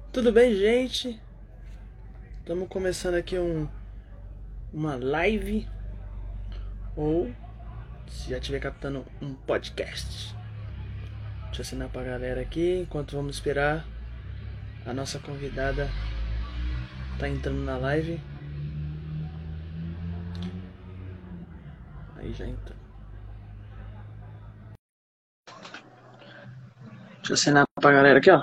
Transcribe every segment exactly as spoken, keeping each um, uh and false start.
Tudo bem, gente? Estamos começando aqui um, uma live ou, se já estiver captando, um podcast. Deixa eu assinar pra galera aqui enquanto vamos esperar a nossa convidada tá entrando na live. Aí já entrou. Deixa eu assinar pra galera aqui, ó.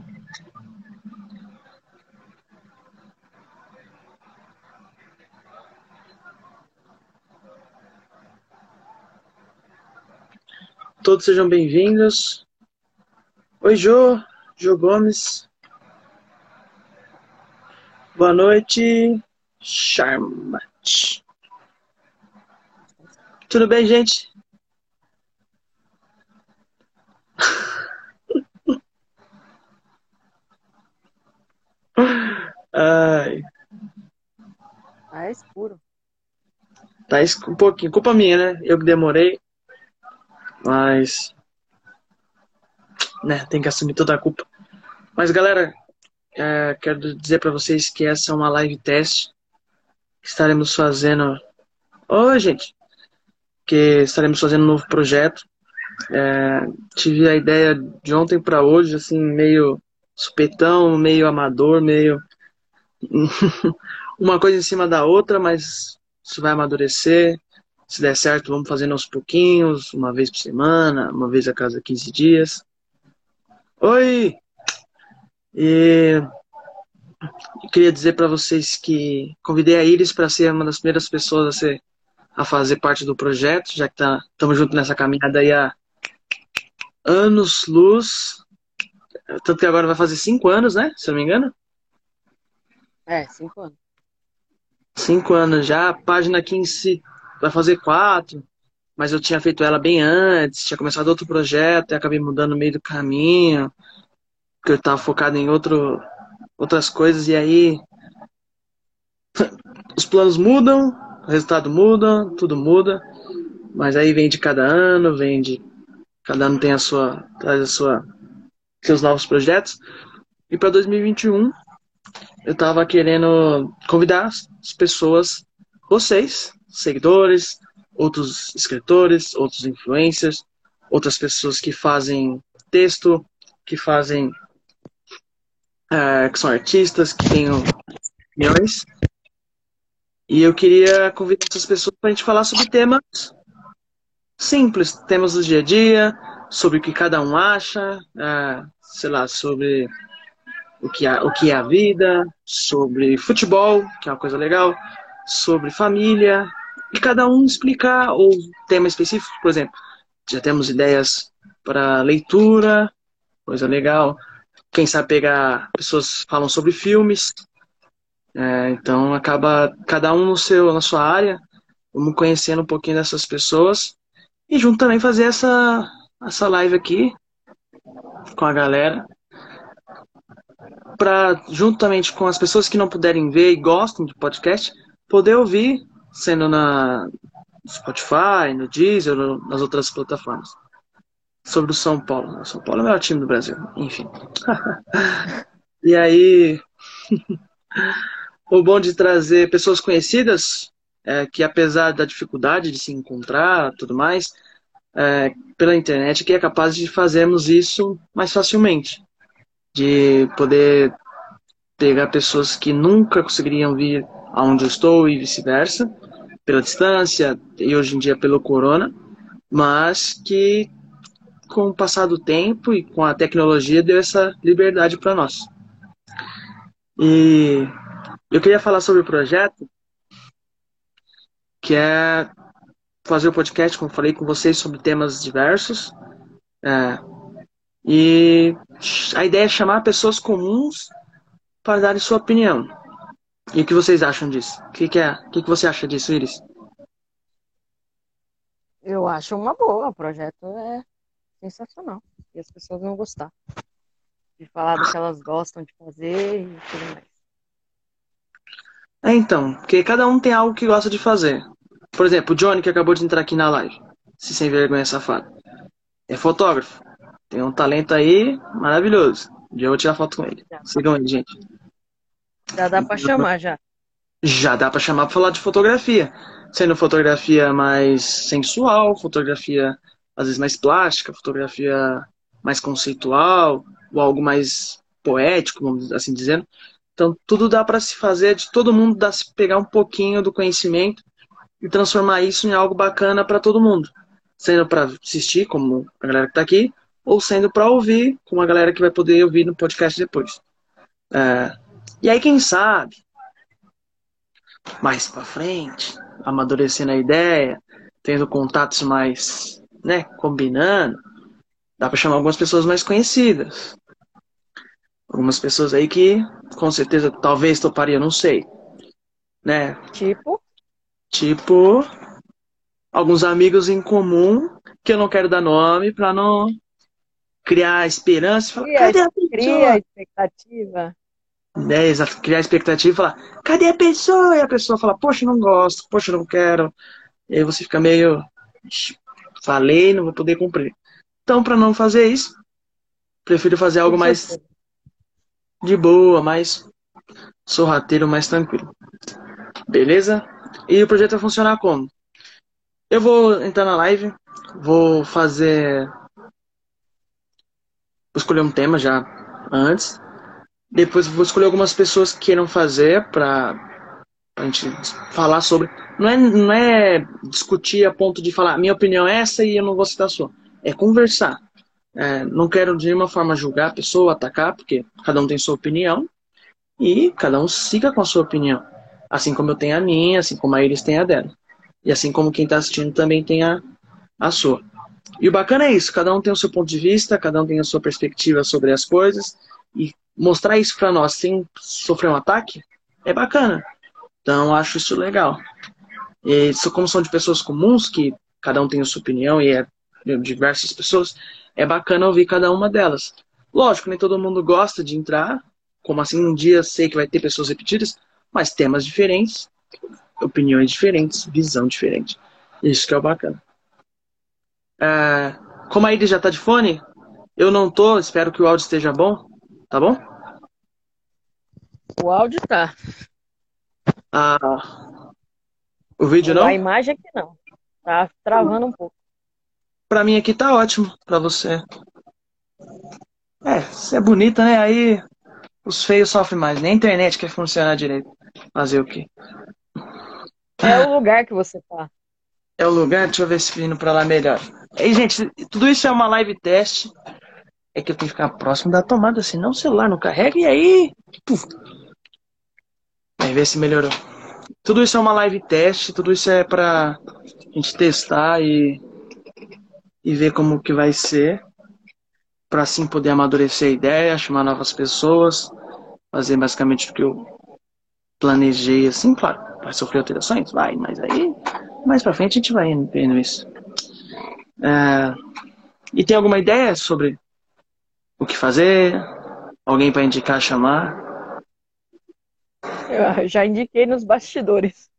Todos sejam bem-vindos. Oi, Jô. Jô Gomes. Boa noite. Charmat. Tudo bem, gente? Ai, Ah, é escuro. tá um pouquinho. Culpa minha, né? Eu que demorei, mas, né, tem que assumir toda a culpa. Mas, galera, é, quero dizer para vocês que essa é uma live teste que estaremos fazendo. Oi, gente! Que estaremos fazendo um novo projeto. É, tive a ideia de ontem para hoje, assim, meio supetão, meio amador, meio uma coisa em cima da outra, mas isso vai amadurecer. Se der certo, vamos fazendo aos pouquinhos, uma vez por semana, uma vez a cada quinze dias. Oi! E queria dizer para vocês que convidei a Iris para ser uma das primeiras pessoas a, ser, a fazer parte do projeto, já que estamos tá, juntos nessa caminhada aí há anos-luz. Tanto que agora vai fazer cinco anos, né? Se eu não me engano. É, cinco anos. Cinco anos já. A página aqui em si vai fazer quatro, mas eu tinha feito ela bem antes, tinha começado outro projeto e acabei mudando no meio do caminho, porque eu estava focado em outro, outras coisas, e aí os planos mudam, o resultado muda, tudo muda, mas aí vem de cada ano, vem de cada ano tem a sua, traz a sua, seus novos projetos. E para dois mil e vinte e um eu estava querendo convidar as pessoas, vocês, seguidores, outros escritores, outros influencers, outras pessoas que fazem texto, que fazem, é, que são artistas, que têm opiniões. E eu queria convidar essas pessoas para a gente falar sobre temas simples, temas do dia a dia, sobre o que cada um acha, é, sei lá, sobre o que, é, o que é a vida, sobre futebol, que é uma coisa legal, sobre família, e cada um explicar, ou tema específico, por exemplo, já temos ideias para leitura, coisa legal. Quem sabe pegar pessoas que falam sobre filmes, é, então acaba cada um no seu, na sua área, vamos conhecendo um pouquinho dessas pessoas, e junto também fazer essa, essa live aqui com a galera, para, juntamente com as pessoas que não puderem ver e gostam de podcast, poder ouvir, sendo na Spotify, no Deezer, ou nas outras plataformas. Sobre o São Paulo. O São Paulo é o melhor time do Brasil, enfim. E aí, o bom de trazer pessoas conhecidas, é, que apesar da dificuldade de se encontrar, tudo mais, é, pela internet, que é capaz de fazermos isso mais facilmente. De poder pegar pessoas que nunca conseguiriam vir aonde eu estou e vice-versa, pela distância e hoje em dia pelo corona, mas que com o passar do tempo e com a tecnologia deu essa liberdade para nós. E eu queria falar sobre o projeto, que é fazer o podcast, como falei com vocês, sobre temas diversos. É, e a ideia é chamar pessoas comuns para darem sua opinião. E o que vocês acham disso? O que, que, é? O que, que você acha disso, Iris? Eu acho uma boa. O projeto é sensacional. E as pessoas vão gostar de falar do que elas gostam de fazer e tudo mais. É, então, porque cada um tem algo que gosta de fazer. Por exemplo, o Johnny, que acabou de entrar aqui na live, se sem vergonha safado, é fotógrafo. Tem um talento aí maravilhoso. Um dia eu vou tirar foto com ele. Já, Sigam ele, gente. já dá pra chamar, já. Já dá pra chamar pra falar de fotografia. Sendo fotografia mais sensual, fotografia às vezes mais plástica, fotografia mais conceitual, ou algo mais poético, vamos assim dizendo. Então, tudo dá para se fazer, de todo mundo dá se pegar um pouquinho do conhecimento e transformar isso em algo bacana para todo mundo. Sendo para assistir, como a galera que está aqui, ou sendo para ouvir, como a galera que vai poder ouvir no podcast depois. É, e aí, quem sabe, mais para frente, amadurecendo a ideia, tendo contatos mais, né, combinando, dá para chamar algumas pessoas mais conhecidas. Algumas pessoas aí que, com certeza, talvez toparia, não sei, né? Tipo, Tipo, alguns amigos em comum, que eu não quero dar nome para não criar esperança e falar, cria, cadê a cria pessoa? expectativa. É, exato, criar expectativa e falar, cadê a pessoa? E a pessoa fala, poxa, não gosto, poxa, não quero. E aí você fica meio, falei, não vou poder cumprir. Então, para não fazer isso, prefiro fazer algo Por mais surpresa. de boa, mais sorrateiro, mais tranquilo. Beleza? E o projeto vai funcionar como? Eu vou entrar na live, vou fazer. Vou escolher um tema já antes. Depois vou escolher algumas pessoas que queiram fazer pra, pra gente falar sobre. Não é, não é discutir a ponto de falar, minha opinião é essa e eu não vou citar a sua. É conversar. É, não quero de nenhuma forma julgar a pessoa, atacar, porque cada um tem sua opinião e cada um siga com a sua opinião. Assim como eu tenho a minha, assim como a eles têm a dela. E assim como quem está assistindo também tem a, a sua. E o bacana é isso, cada um tem o seu ponto de vista, cada um tem a sua perspectiva sobre as coisas, e mostrar isso para nós sem sofrer um ataque é bacana. Então eu acho isso legal. E como são de pessoas comuns, que cada um tem a sua opinião e é de diversas pessoas, é bacana ouvir cada uma delas. Lógico, nem todo mundo gosta de entrar, como assim um dia sei que vai ter pessoas repetidas, mas temas diferentes, opiniões diferentes, visão diferente. Isso que é o bacana. É, como a Iris já tá de fone, eu não tô, espero que o áudio esteja bom, tá bom? O áudio tá. Ah, o vídeo A não? imagem aqui não. Tá travando um pouco. Pra mim aqui tá ótimo, pra você. É, você é bonita, né? Aí os feios sofrem mais. Nem a internet quer funcionar direito. Fazer o quê? É o lugar que você tá. É o lugar, deixa eu ver se vindo pra lá melhor. Aí, gente, tudo isso é uma live teste. É que eu tenho que ficar próximo da tomada, senão o celular não carrega. E aí, puf, aí ver se melhorou. Tudo isso é uma live teste, tudo isso é pra gente testar e, e ver como que vai ser. Pra assim poder amadurecer a ideia, chamar novas pessoas, fazer basicamente o que eu planejei assim, claro. Vai sofrer alterações? Vai, mas aí mais pra frente a gente vai vendo isso. É, e tem alguma ideia sobre o que fazer? Alguém pra indicar, chamar? Eu já indiquei nos bastidores.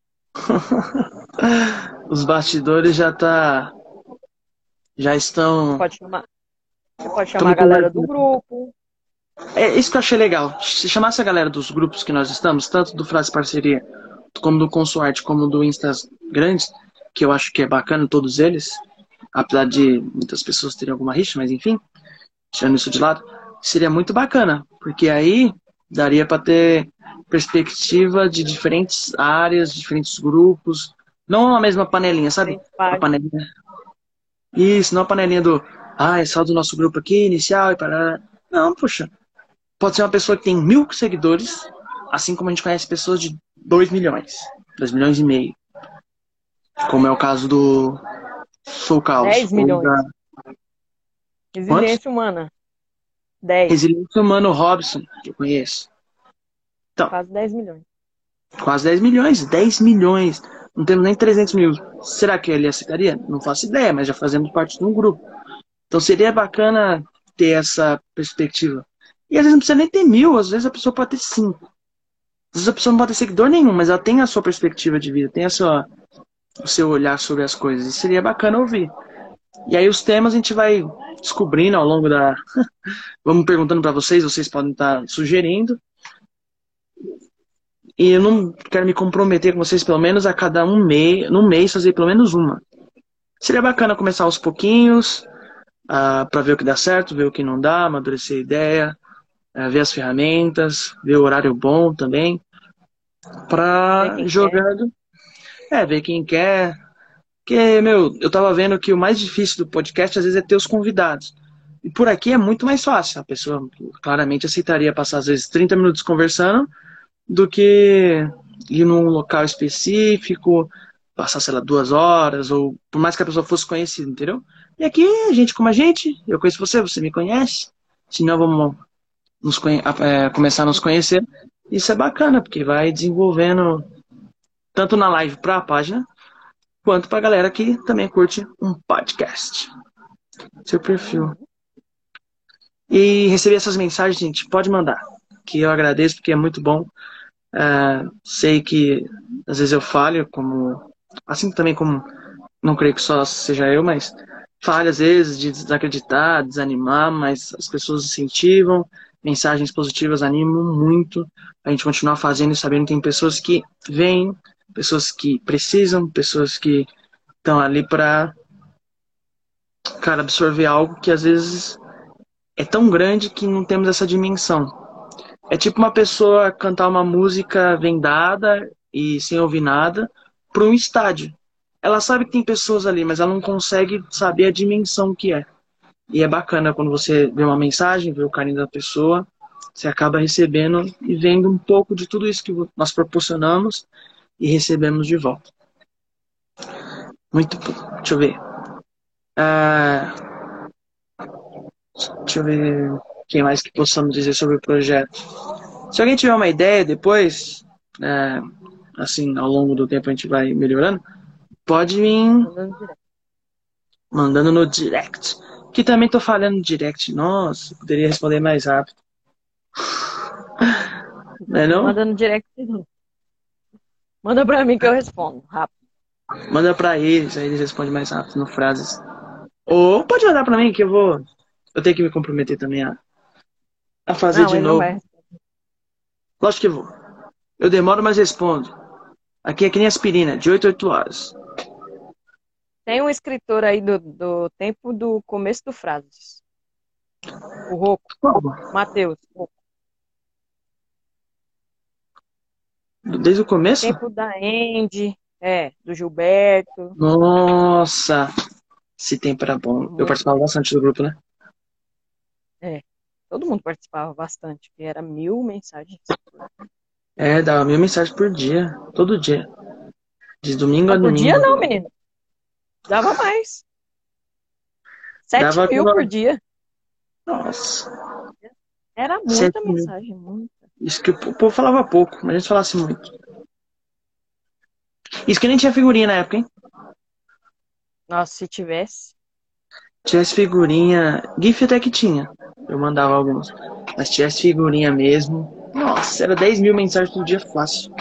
Os bastidores já tá, já estão, Pode chamar. Você pode chamar estamos a galera do conversando. grupo. É isso que eu achei legal. Se chamasse a galera dos grupos que nós estamos, tanto do Frase Parceria, como do Consorte, como do Instas Grandes, que eu acho que é bacana todos eles, apesar de muitas pessoas terem alguma rixa, mas enfim, tirando isso de lado, seria muito bacana, porque aí daria para ter perspectiva de diferentes áreas, diferentes grupos, não a mesma panelinha, sabe? A Principais. panelinha. Isso, não a panelinha do, ah, é só do nosso grupo aqui, inicial e parará. Não, poxa. Pode ser uma pessoa que tem mil seguidores, assim como a gente conhece pessoas de dois milhões, dois milhões e meio, como é o caso do Sou Caos, dez ou milhões. da... Quantos? Resiliência humana. dez. Resiliência Humano Robson, que eu conheço. Então, Quase dez milhões. quase dez milhões, dez milhões. Não temos nem trezentos mil. Será que ele aceitaria? Não faço ideia, mas já fazemos parte de um grupo. Então seria bacana ter essa perspectiva. E às vezes não precisa nem ter mil, às vezes a pessoa pode ter cinco. Às vezes a pessoa não pode ter seguidor nenhum, mas ela tem a sua perspectiva de vida, tem a sua, o seu olhar sobre as coisas. E seria bacana ouvir. E aí os temas a gente vai descobrindo ao longo da... Vamos perguntando para vocês, vocês podem estar sugerindo. E eu não quero me comprometer com vocês, pelo menos a cada um mês, num mês, fazer pelo menos uma. Seria bacana começar aos pouquinhos, uh, para ver o que dá certo, ver o que não dá, amadurecer a ideia, uh, ver as ferramentas, ver o horário bom também, para jogando. Quer. É, ver quem quer. Porque, meu, eu tava vendo que o mais difícil do podcast às vezes é ter os convidados. E por aqui é muito mais fácil. A pessoa claramente aceitaria passar às vezes trinta minutos conversando do que ir num local específico, passar, sei lá, duas horas, ou por mais que a pessoa fosse conhecida, entendeu? E aqui, a gente como a gente, eu conheço você, você me conhece, senão vamos nos conhe- é, começar a nos conhecer. Isso é bacana, porque vai desenvolvendo tanto na live para a página, quanto para a galera que também curte um podcast. Seu perfil. E receber essas mensagens, gente, pode mandar, que eu agradeço, porque é muito bom. Uh, sei que às vezes eu falho, como assim também como não creio que só seja eu, mas falho às vezes de desacreditar, desanimar, mas as pessoas incentivam, mensagens positivas animam muito a gente continuar fazendo e sabendo que tem pessoas que vêm, pessoas que precisam, pessoas que estão ali para, cara, absorver algo que às vezes é tão grande que não temos essa dimensão. É tipo uma pessoa cantar uma música vendada e sem ouvir nada para um estádio. Ela sabe que tem pessoas ali, mas ela não consegue saber a dimensão que é. E é bacana quando você vê uma mensagem, vê o carinho da pessoa, você acaba recebendo e vendo um pouco de tudo isso que nós proporcionamos e recebemos de volta. Muito bom. Deixa eu ver. Ah, deixa eu ver quem mais que possamos dizer sobre o projeto. Se alguém tiver uma ideia depois, é, assim, ao longo do tempo a gente vai melhorando, pode vir mandando no direct. Que também tô falando no direct. Nossa, poderia responder mais rápido. Não é não? Manda no direct. Manda pra mim que eu respondo rápido. Manda pra eles, aí eles respondem mais rápido no frases. Ou pode mandar pra mim que eu vou... Eu tenho que me comprometer também a, a fazer não, de ele novo. Não vai. Lógico que eu vou. Eu demoro, mas respondo. Aqui é que nem aspirina, de oito a oito horas. Tem um escritor aí do, do tempo do começo do Frases. O Rocco. Matheus. Desde o começo? Tempo da Andy. É, do Gilberto. Nossa! Esse tempo era bom. Muito Eu participava bastante do grupo, né? É. Todo mundo participava bastante, porque era mil mensagens. É, dava mil mensagens por dia. Todo dia. De domingo não, a por domingo. Por dia não, menino. Dava mais. Sete Dava mil por dia. Nossa. Era muita Sete mensagem, mil. muita. Isso que o povo falava pouco, mas a gente falasse muito. Isso que nem tinha figurinha na época, hein? Nossa, se tivesse. Tivesse figurinha. GIF até que tinha. Eu mandava alguns. Mas tivesse figurinha mesmo. Nossa, era dez mil mensagens por dia fácil.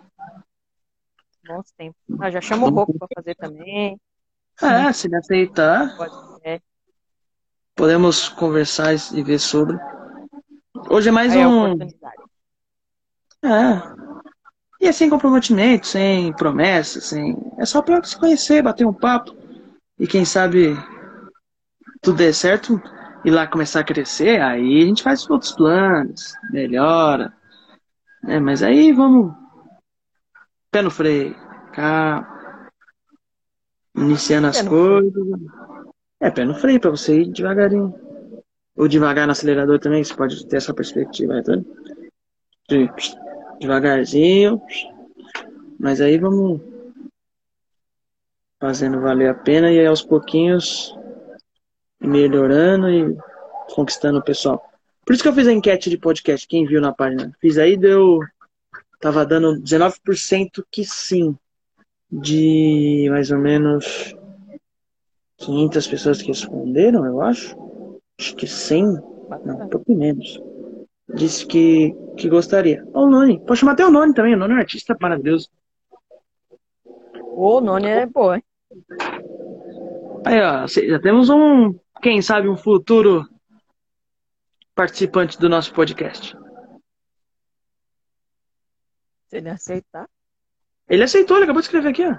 Bons tempos. Ah, já chama o Rocco pra fazer também. É, se ele aceitar. Pode ser. Podemos conversar e ver sobre. Hoje é mais Aí um. É. E é sem comprometimento, sem promessa, sem. É só pra se conhecer, bater um papo. E quem sabe tudo der certo, ir lá começar a crescer, aí a gente faz outros planos, melhora. Né? Mas aí vamos. Pé no freio, cá. Iniciando as coisas. É, pé no freio pra você ir devagarinho. Ou devagar no acelerador também, você pode ter essa perspectiva, tá? De, devagarzinho. Mas aí vamos fazendo valer a pena e aí aos pouquinhos melhorando e conquistando o pessoal. Por isso que eu fiz a enquete de podcast, quem viu na página. Fiz aí, deu... Tava dando dezenove por cento que sim. De mais ou menos quinhentas pessoas que responderam, eu acho. Acho que cem. Não, um pouco menos. Disse que, que gostaria. Ó, o Noni. Pode chamar até o Noni também. O Noni é um artista maravilhoso. O Noni é boa, hein? Aí, ó, já temos um, quem sabe, um futuro participante do nosso podcast. Se ele aceitar. Ele aceitou, ele acabou de escrever aqui, ó.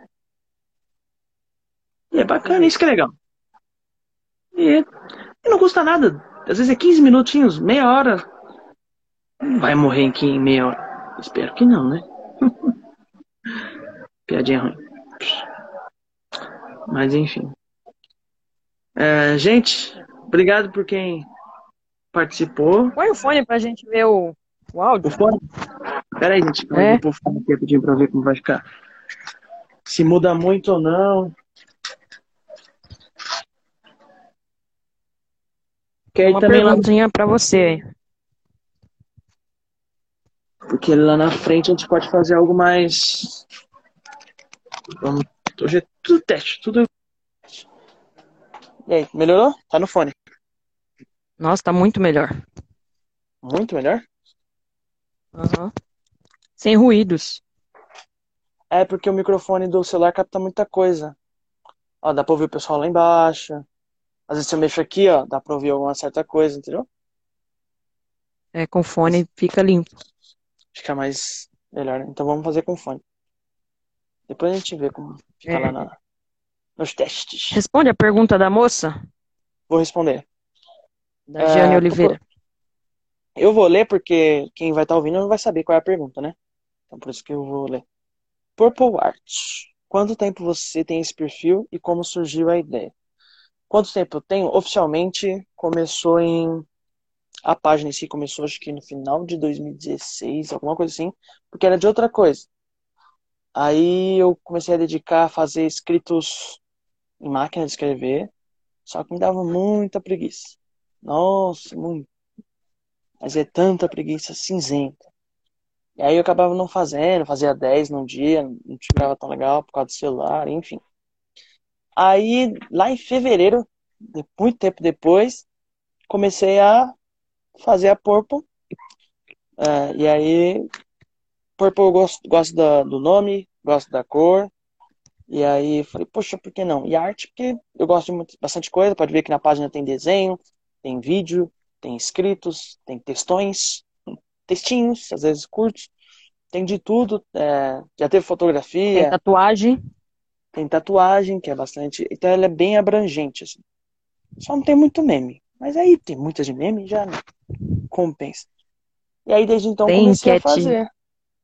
E é bacana, isso que é legal. E, e não custa nada. Às vezes é quinze minutinhos, meia hora. Não vai morrer em, em meia hora. Espero que não, né? Piadinha ruim. Mas enfim. É, gente, obrigado por quem participou. Põe o fone pra gente ver o, o O áudio. fone? Pera aí, gente. É. Vou pôr o fone aqui rapidinho pra ver como vai ficar. Se muda muito ou não. Que aí Uma também lá, perguntinha pra você. porque lá na frente a gente pode fazer algo mais. Vamos. Hoje é tudo teste, tudo. E aí, melhorou? Tá no fone. Nossa, tá muito melhor. Muito melhor? Uhum. Sem ruídos. É porque o microfone do celular capta muita coisa. Ó, dá pra ouvir o pessoal lá embaixo. Às vezes se eu mexo aqui, ó, dá pra ouvir alguma certa coisa, entendeu? É, com fone fica limpo. Fica mais melhor, né? Então vamos fazer com fone. Depois a gente vê como fica lá É. na, nos testes. Responde a pergunta da moça, Vou responder. da Jane É, Oliveira. eu vou ler porque quem vai estar ouvindo não vai saber qual é a pergunta, né? Então por isso que eu vou ler. Purple Art. Quanto tempo você tem esse perfil e como surgiu a ideia? Quanto tempo eu tenho? Oficialmente começou em... A página em si começou acho que no final de dois mil e dezesseis, alguma coisa assim, porque era de outra coisa. Aí eu comecei a dedicar a fazer escritos em máquina de escrever, só que me dava muita preguiça. Nossa, muito. Mas é tanta preguiça cinzenta. E aí eu acabava não fazendo, fazia dez num dia, não ficava tão legal por causa do celular, enfim. Aí, lá em fevereiro, de- muito tempo depois, comecei a fazer a Purple. É, e aí, Purple eu gosto, gosto da- do nome, gosto da cor. E aí, falei, poxa, por que não? E a arte, porque eu gosto de muito- bastante coisa. Pode ver que na página tem desenho, tem vídeo, tem escritos, tem textões, textinhos, às vezes curtos. Tem de tudo. É, já teve Tem fotografia, tatuagem. tem tatuagem, que é bastante. Então ela é bem abrangente, assim. Só não tem muito meme. Mas aí tem muitas de meme, já não compensa. E aí desde então Tem comecei a enquete. fazer.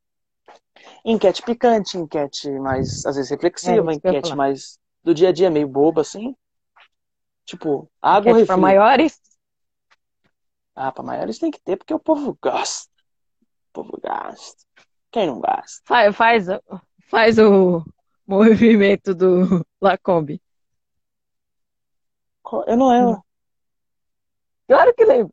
Enquete picante, enquete mais, às vezes, É reflexiva, isso que eu ia enquete falar. mais do dia a dia, meio boba, assim. Tipo, água ou Enquete para refri? maiores. Ah, pra maiores tem que ter, porque o povo gosta. O povo gasta. Quem não gasta? Faz, faz, faz o movimento do Lacombe. Co- Eu não lembro. Claro que lembro.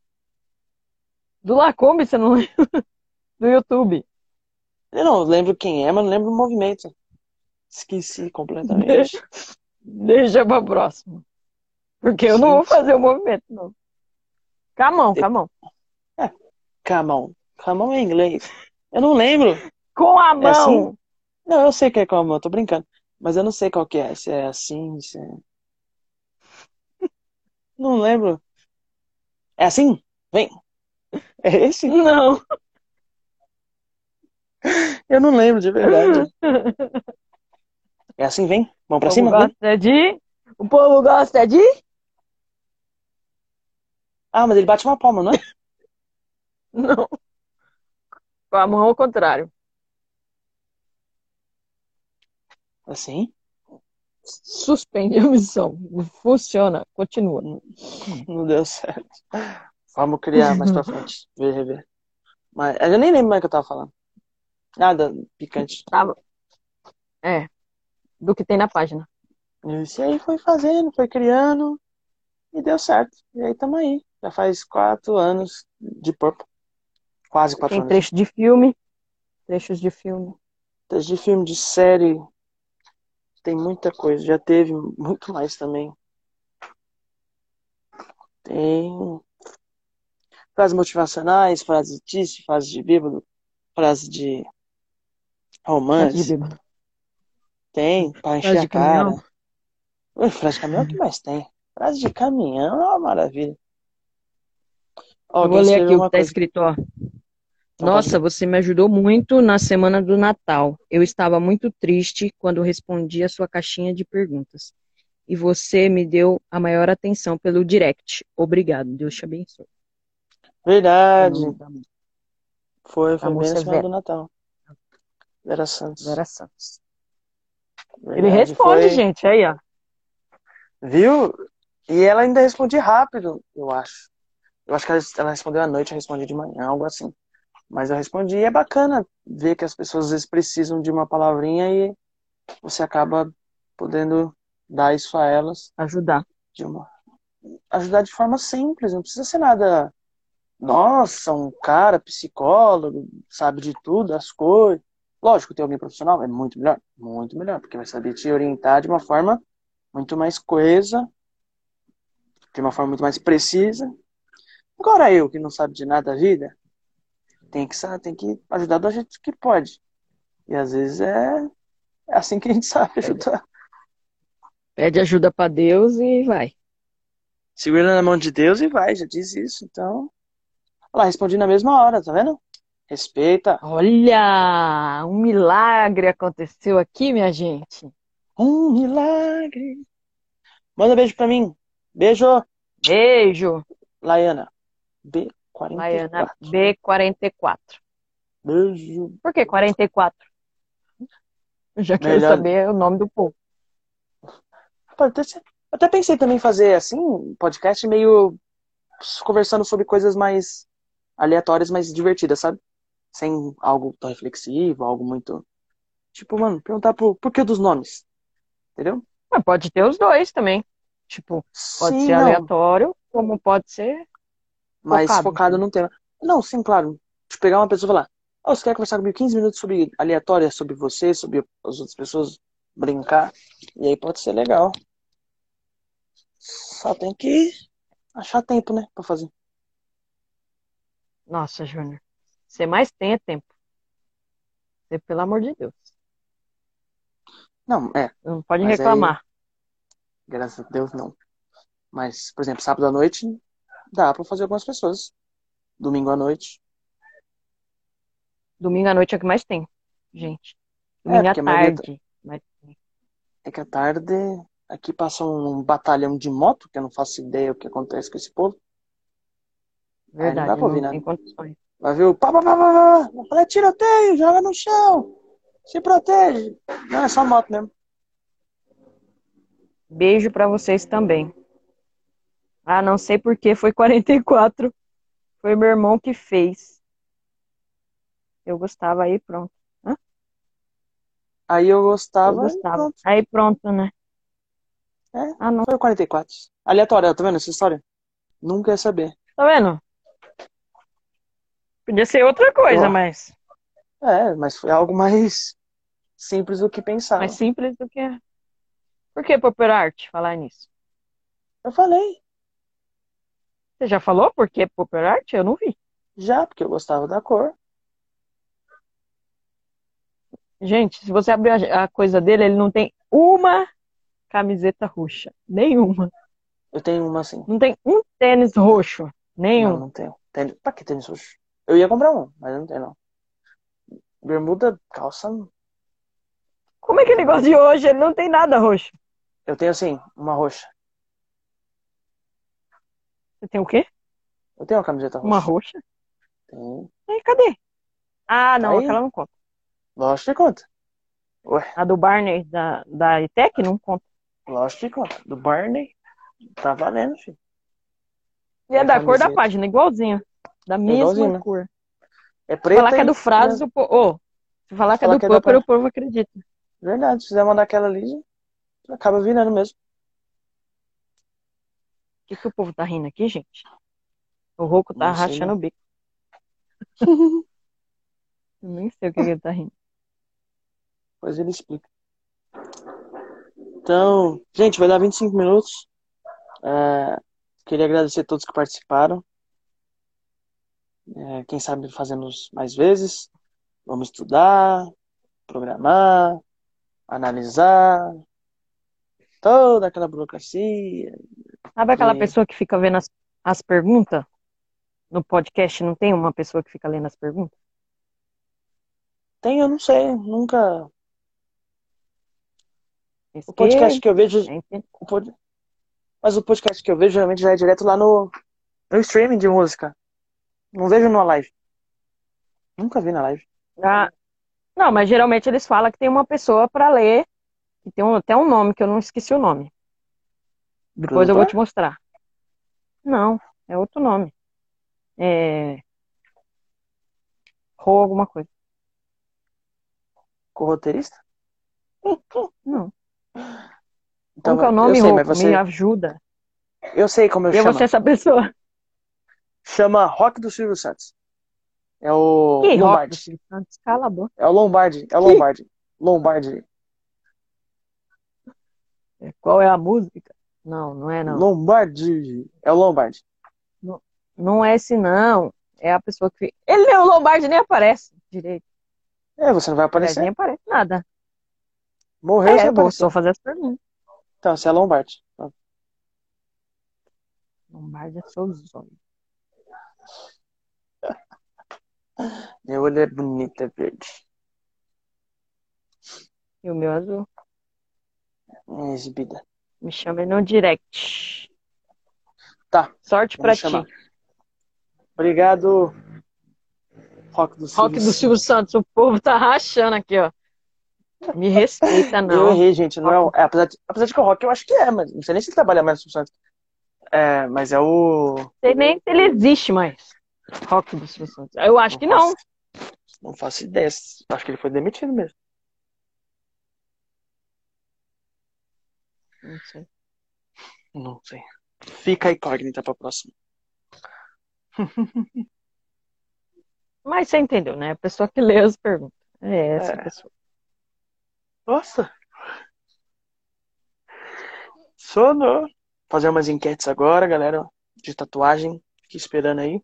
Do Lacombe, você não lembra? Do YouTube. Eu não lembro quem é, mas não lembro o movimento. Esqueci De- completamente. Deixa pra próxima. Porque eu não vou Gente. fazer o movimento, não. Com a mão, com de- a mão. É, Camão. Camão é inglês. Eu não lembro. Com a É assim? mão! Não, eu sei que é camão, eu tô brincando. Mas eu não sei qual que é. Se é assim, se é... Não lembro. É assim? Vem. É esse? Não. Eu não lembro de verdade. É assim, vem? Mão O pra povo cima, vem. gosta de. O povo gosta de. Ah, mas ele bate uma palma, não é? Não. Com a mão ao contrário. Assim? Suspende a missão. Funciona. Continua. Não, não deu certo. Vamos criar mais pra frente. Ver, rever. Mas eu nem lembro mais o que eu tava falando. Nada picante. Tá. É. Do que tem na página. E aí foi fazendo, foi criando e deu certo. E aí tamo aí. Já faz quatro anos de Purple. Quase quatro Tem anos. trecho de filme. Trechos de filme. Desde filme, de série, tem muita coisa. Já teve muito mais também. Tem frases motivacionais, frases de Tício, frases de bêbado, frases de Frase de romance. bêbado. Tem, pra encher Frase a de caminhão. cara. Ui, frase de caminhão é o que mais tem. Frase de caminhão é uma maravilha. Ó, Eu vou alguém ler escreveu aqui o que uma tá coisa. escrito, ó. Então pode Nossa, ler. você me ajudou muito na semana do Natal. Eu estava muito triste quando respondi a sua caixinha de perguntas. E você me deu a maior atenção pelo direct. Obrigado. Deus te abençoe. O nome Verdade. da, Foi, da foi bem na moça é semana Vera, do Natal. Vera Santos. Vera Santos. Ele Verdade, responde, foi. gente. Aí, ó. Viu? E ela ainda responde rápido, eu acho. Eu acho que ela, ela respondeu à noite, eu respondi de manhã, algo assim. Mas eu respondi e é bacana ver que as pessoas às vezes precisam de uma palavrinha e você acaba podendo dar isso a elas Ajudar. de uma ajudar de forma simples, não precisa ser nada, nossa, um cara psicólogo, sabe de tudo, as coisas. Lógico, ter alguém profissional é muito melhor, muito melhor, porque vai saber te orientar de uma forma muito mais coesa, de uma forma muito mais precisa. Agora eu, que não sabe de nada da vida, tem que, sa- tem que ajudar do jeito que pode. E às vezes é, é assim que a gente sabe Pede, ajudar. pede ajuda pra Deus e vai. Segura na mão de Deus e vai, já diz isso. Então, olha lá, respondi na mesma hora, tá vendo? Respeita. Olha, um milagre aconteceu aqui, minha gente. Um milagre. Manda beijo pra mim. Beijo, Beijo, Laiana. Laiana B quarenta e quatro. B quarenta e quatro. Beijo. Por que quarenta e quatro? Eu já quero Melhor. saber o nome do povo. Pode até ser- Até pensei também em fazer assim, um podcast meio conversando sobre coisas mais aleatórias, mais divertidas, sabe? Sem algo tão reflexivo, algo muito. Tipo, mano, perguntar por, por que dos nomes, entendeu? Mas pode ter os dois também. Tipo, pode ser Sim, não, aleatório, como pode ser mas focado, focado entendeu? num tema. Não, sim, claro. Tipo, pegar uma pessoa e falar, oh, você quer conversar comigo quinze minutos sobre aleatória, sobre você, sobre as outras pessoas, brincar, e aí pode ser legal. Só tem que achar tempo, né, pra fazer. Nossa, Júnior. Você mais tem é tempo. Você, pelo amor de Deus. Não, é, Não pode mas aí, reclamar. graças a Deus, não. Mas, por exemplo, sábado à noite, dá pra fazer algumas pessoas. Domingo à noite. Domingo à noite é o que mais tem, gente. É, Domingo à porque a maioria tá- tarde. Mas, é que à tarde aqui passa um batalhão de moto, que eu não faço ideia o que acontece com esse povo. Aí não dá verdade, pra ouvir não nada. tem condições. Vai ver o pá, pá, pá, pá, pá. Eu falei, tiroteio, joga no chão, se protege. Não, é só moto mesmo. Beijo pra vocês também. Ah, não sei por que foi quarenta e quatro. Foi meu irmão que fez. Eu gostava aí, pronto. Hã? Aí eu Eu gostava e gostava. pronto. Aí pronto, né? É, Ah, não. foi o quarenta e quatro. Aleatório, tá vendo essa história? Nunca ia saber. Tá vendo? Podia ser outra Eu, coisa, mas é, mas foi algo mais simples do que mais pensava. simples do que. Por que Pop Art falar nisso? Eu falei, Você já falou por que Pop Art? Eu não vi. já, porque eu gostava da cor. Gente, se você abrir a a coisa dele, ele não tem uma camiseta roxa. Nenhuma. Eu tenho uma assim. Não tem um tênis roxo. Não, Nenhum. não tenho. Tênis, pra que tênis roxo? Eu ia comprar um, mas eu não tenho, não. Bermuda, calça, Como é que ele gosta de hoje? Ele não tem nada roxo. eu tenho assim, uma roxa. Você tem o quê? Eu tenho uma camiseta Uma roxa. roxa? Tem. E cadê? Ah, Tá não, aí. aquela não conta. Lógico que conta. Ué, A do Barney da, da E T E C não conta. lógico que conta. Do Barney, tá valendo, filho. E É é a da cor da camiseta. página, igualzinho. Da É mesma igualzinho, né? cor. É Se falar preta que é do e. Frases, o povo. Ô, se falar que é Falar do que é da Pupper, o página. povo acredita. Verdade, se quiser mandar aquela ali, acaba virando mesmo. O que, que o povo tá rindo aqui, gente? O Rouco tá Não sei, rachando o não. bico. Eu nem sei o que, que ele tá rindo. Depois ele explica. Então, gente, vai dar vinte e cinco minutos. É, queria agradecer a todos que participaram. É, quem sabe fazemos mais vezes. Vamos estudar, programar, analisar, toda aquela burocracia. Sabe aquela E pessoa que fica vendo as, as perguntas no podcast? Não tem uma pessoa que fica lendo as perguntas? tem, eu não sei, nunca. Diz O que podcast que eu vejo. é inte- o pod- Mas o podcast que eu vejo geralmente já é direto lá no, no streaming de música. Não vejo numa live. Nunca vi na live. Ah, não, mas geralmente eles falam que tem uma pessoa para ler, que tem um- até um nome, que eu não esqueci o nome. Depois eu vou Produtor? te mostrar. Não, é outro nome. É. Rô alguma coisa. Co-roteirista? Não. Como que é o Então, eu nome, sei, Rô? mas Me você. ajuda. Eu sei como eu Eu vou ser chamo. essa pessoa. Chama Rock do Silvio Santos. É o Que rock do Lombardi. Silvio Santos? Cala a boca. É o Lombardi. É o Que? Lombardi. Lombardi. Qual é a música? Não, não é não. Lombardi. É o Lombardi. Não, não é esse não. É a pessoa que. Ele, o Lombardi nem aparece direito. É, você não vai Aliás, nem aparecer. aparece nada. Morreu É, sem eu vou só aparecer. fazer as perguntas. Então, você é Lombardi. Lombardi é seus olhos. Meu olho é bonito, é verde. E o meu azul. É exibida. Me chama no direct. Tá, Sorte pra vamos chamar. ti. Obrigado, Rock do Silvio Rock do Silvio Santos. Santos. O povo tá rachando aqui, ó. Me respeita, Eu não. errei, gente. Não é, o- Rock. é, apesar, de, apesar de que o Rock eu acho que é, mas não sei nem se ele trabalha mais no Silvio Santos. É, mas é o. Sei nem se ele existe mais. Rock do Silvio Santos. Eu acho Não que não. faço, não faço ideia. Acho que ele foi demitido mesmo. Não sei. Não sei. Fica a incógnita pra próxima. Mas você entendeu, né? A pessoa que lê as perguntas. É essa É. pessoa. Nossa, sono. Fazer umas enquetes agora, galera, de tatuagem. Fique esperando aí.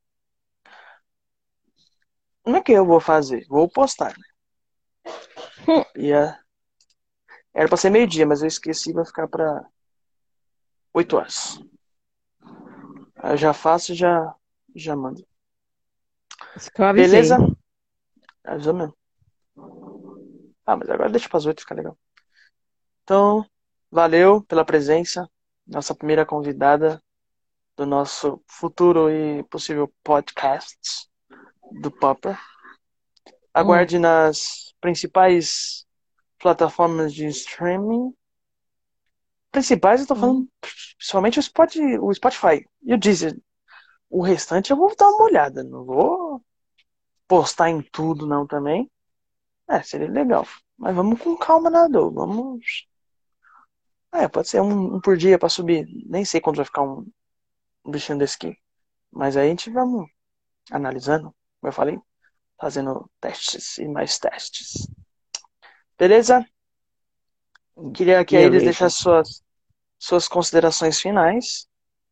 Como é que eu vou fazer? Vou postar, né? Ia... Era pra ser meio-dia, mas eu esqueci, vai ficar pra oito horas. Aí eu já faço e já, já mando. Isso que eu avisei. Beleza? Avisou mesmo. Ah, mas agora deixa pras oito, ficar legal. Então, valeu pela presença. Nossa primeira convidada do nosso futuro e possível podcast do Popper. Hum, Aguarde nas principais plataformas de streaming. Principais, eu tô hum. falando principalmente o Spotify, o Spotify e o Deezer. O restante eu vou dar uma olhada. Não vou postar em tudo, não, também. É, seria legal. Mas vamos com calma na dor. Vamos. É, pode ser um, um por dia pra subir. Nem sei quando vai ficar um, um bichinho desse aqui. Mas aí a gente vamos analisando, como eu falei, fazendo testes e mais testes. Beleza? Queria que aí eles Beleza. deixassem suas, suas considerações finais.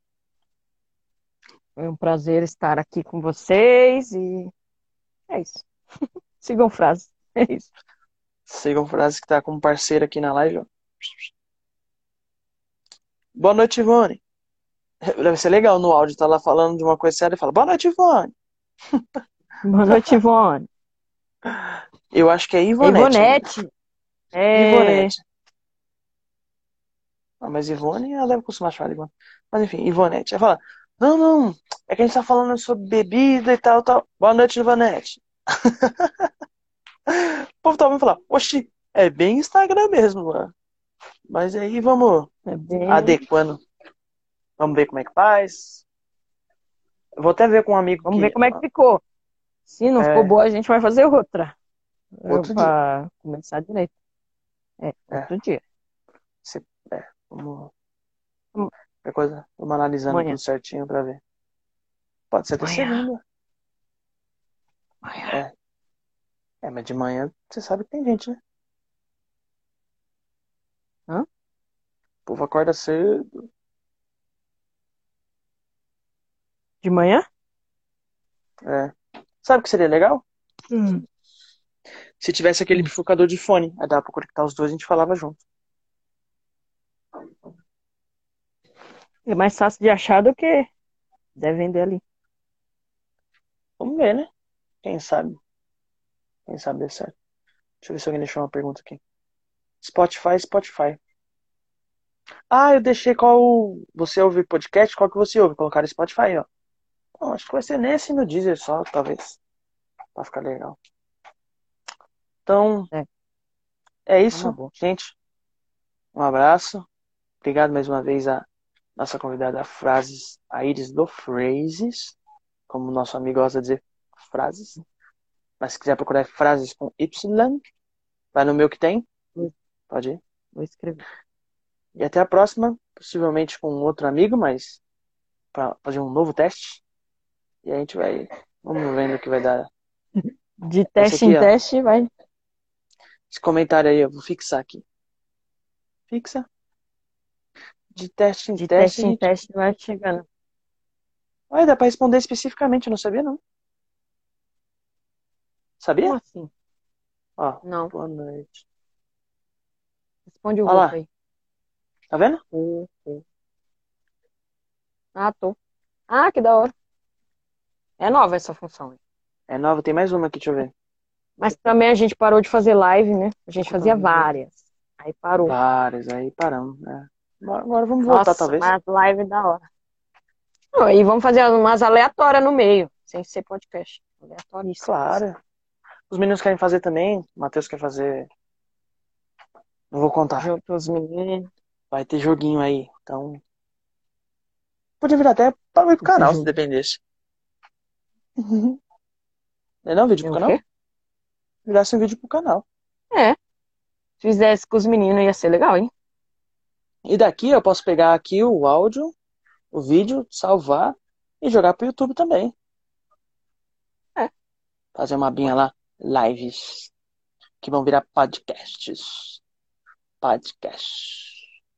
Foi um prazer estar aqui com vocês e é isso. Sigam frase. É isso. Sigam frase que tá como parceiro aqui na live. Ó. Boa noite, Ivone. Deve ser legal no áudio, tá lá falando de uma coisa séria e fala, boa noite, Ivone. Boa noite, Ivone. Eu acho que é É Ivonete. Ivonete. É... Ivonete. Ah, mas Ivone, ela deve costumar chamar de Ivone. Mas enfim, Ivonete. Aí fala, não, não, é que a gente tá falando sobre bebida e tal, tal. Boa noite, Ivonete. O povo tá ouvindo falar, oxi, é bem Instagram mesmo, mano. Mas aí vamos é bem... adequando. Vamos ver como é que faz. Eu vou até ver com um amigo Vamos ver que como é que ficou. Se não ficou é boa, a gente vai fazer outra. outro dia. Para começar direito. É, É, outro dia. se- é, vamos, Hum, qualquer coisa, vamos analisando Amanhã. tudo certinho pra ver. Pode ser até Amanhã. segunda. Amanhã. É, é, mas de manhã você sabe que tem gente, né? Hã? O povo acorda cedo. De manhã? É. Sabe o que seria legal? Hum. Se tivesse aquele Hum. amplificador de fone. Aí dava pra conectar os dois e a gente falava junto. É mais fácil de achar do que deve vender ali. Vamos ver, né? Quem sabe? Quem sabe dê certo. Deixa eu ver se alguém deixou uma pergunta aqui. Spotify, Spotify. Ah, eu deixei qual você ouve podcast, qual que você ouve? Colocaram Spotify, ó. Bom, acho que vai ser nesse no Deezer só, talvez. Pra ficar legal. Então, É, é é uma isso, boa. gente. Um abraço. Obrigado mais uma vez a nossa convidada Frases, a Iris do Phrases, como nosso amigo gosta de dizer, frases. Mas se quiser procurar frases com Y, vai no meu que tem. Vou Pode ir. vou escrever. E até a próxima, possivelmente com outro amigo, mas para fazer um novo teste. E a gente vai, vamos vendo o que vai dar. De Esse teste em aqui, ó, teste, vai. esse comentário aí, eu vou fixar aqui. Fixa. De teste em De teste, a teste em gente. teste, vai chegando. Olha, dá pra responder especificamente, eu não sabia não. Como Sabia? assim? Ó, Não. boa noite. Responde o Olha Rufo lá, aí. tá vendo? Rufo. Ah, tô. Ah, que da hora. É nova essa função. É nova, tem mais uma aqui, deixa eu ver. Mas também a gente parou de fazer live, né? A gente fazia várias. Aí parou. Várias, aí paramos, né? Agora, agora vamos voltar, Nossa, talvez. mas live da hora. Não, e vamos fazer umas aleatórias no meio, sem ser podcast. Aleatoríssimas. Claro. Os meninos querem fazer também. O Matheus quer fazer. Não vou contar. Junto os meninos. Vai ter joguinho aí. Então. Podia virar até para o canal, se dependesse. Não é não vídeo É pro o canal? quê? Virasse um vídeo pro canal. É. Se fizesse com os meninos ia ser legal, hein? E daqui eu posso pegar aqui o áudio, o vídeo, salvar e jogar pro YouTube também. É, Fazer uma abinha pode. lá. Lives. Que vão virar podcasts. Podcast.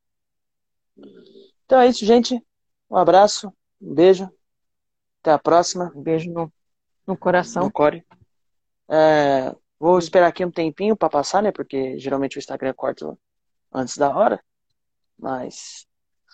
Então é isso, gente. Um abraço. Um beijo. Até a próxima. Um beijo no, no No coração. Core. É, vou esperar aqui um tempinho para passar, né? Porque geralmente o Instagram corta antes da hora. Mas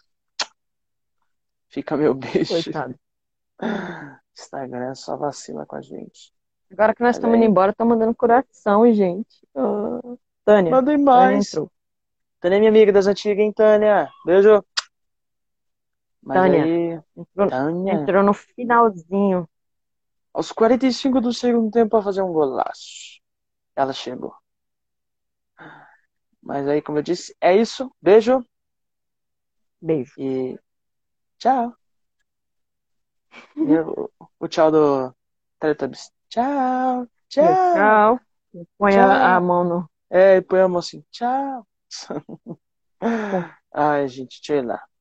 fica meu beijo. Coitado. Instagram só vacila com a gente. Agora que nós Mas estamos indo aí, embora, tá mandando coração, gente. Ah, Tânia. mandem Tânia mais. entrou. Tânia é minha amiga das antigas, hein, Tânia? Beijo. Mas Tânia. aí, Entrou, Tânia, entrou no finalzinho. aos quarenta e cinco do segundo tempo para fazer um golaço. Ela chegou. Mas aí, como eu disse, é isso. Beijo Beijo. e tchau. E o, o tchau do Teletubbies. Tchau, tchau, Tchau. Põe a, a tchau. mão no. É, põe a mão assim. Tchau. Ai, gente, deixa eu ir lá.